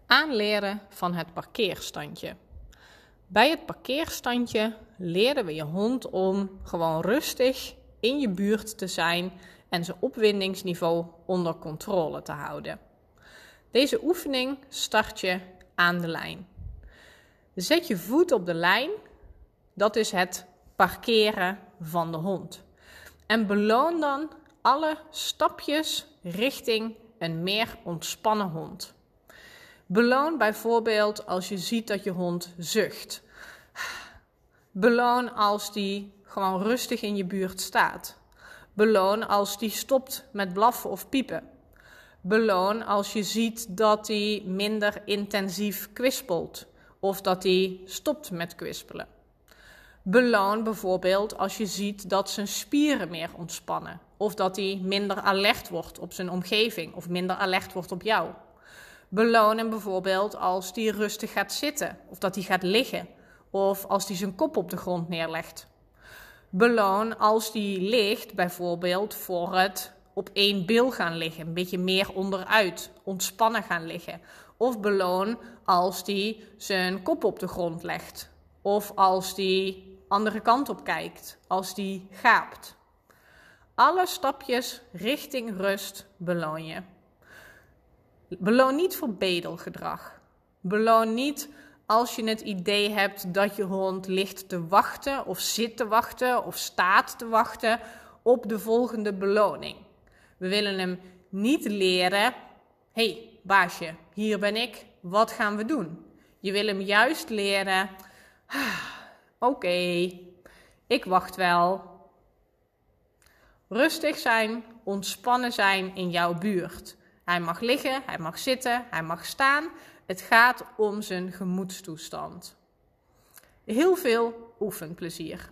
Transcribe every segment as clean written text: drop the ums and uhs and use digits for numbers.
Aanleren van het parkeerstandje. Bij het parkeerstandje leren we je hond om gewoon rustig in je buurt te zijn en zijn opwindingsniveau onder controle te houden. Deze oefening start je aan de lijn. Zet je voet op de lijn, dat is het parkeren van de hond. En beloon dan alle stapjes richting een meer ontspannen hond. Beloon bijvoorbeeld als je ziet dat je hond zucht. Beloon als die gewoon rustig in je buurt staat. Beloon als die stopt met blaffen of piepen. Beloon als je ziet dat hij minder intensief kwispelt of dat hij stopt met kwispelen. Beloon bijvoorbeeld als je ziet dat zijn spieren meer ontspannen of dat hij minder alert wordt op zijn omgeving of minder alert wordt op jou. Beloon hem bijvoorbeeld als hij rustig gaat zitten of dat hij gaat liggen of als hij zijn kop op de grond neerlegt. Beloon als hij ligt bijvoorbeeld voor het op één bil gaan liggen, een beetje meer onderuit, ontspannen gaan liggen. Of beloon als hij zijn kop op de grond legt of als hij andere kant op kijkt, als hij gaapt. Alle stapjes richting rust beloon je. Beloon niet voor bedelgedrag. Beloon niet als je het idee hebt dat je hond ligt te wachten of zit te wachten of staat te wachten op de volgende beloning. We willen hem niet leren, hey baasje, hier ben ik, wat gaan we doen? Je wil hem juist leren, oké, ik wacht wel. Rustig zijn, ontspannen zijn in jouw buurt. Hij mag liggen, hij mag zitten, hij mag staan. Het gaat om zijn gemoedstoestand. Heel veel oefenplezier.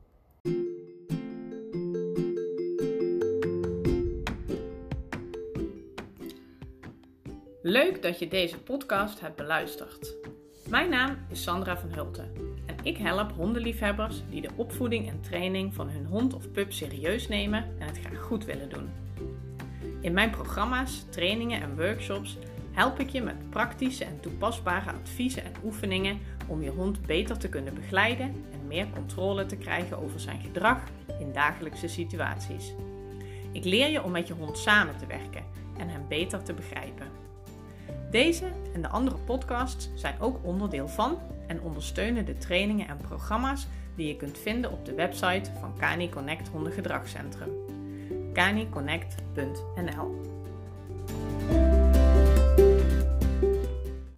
Leuk dat je deze podcast hebt beluisterd. Mijn naam is Sandra van Hulten en ik help hondenliefhebbers die de opvoeding en training van hun hond of pup serieus nemen en het graag goed willen doen. In mijn programma's, trainingen en workshops help ik je met praktische en toepasbare adviezen en oefeningen om je hond beter te kunnen begeleiden en meer controle te krijgen over zijn gedrag in dagelijkse situaties. Ik leer je om met je hond samen te werken en hem beter te begrijpen. Deze en de andere podcasts zijn ook onderdeel van en ondersteunen de trainingen en programma's die je kunt vinden op de website van Kani Connect Hondengedragscentrum. kaniconnect.nl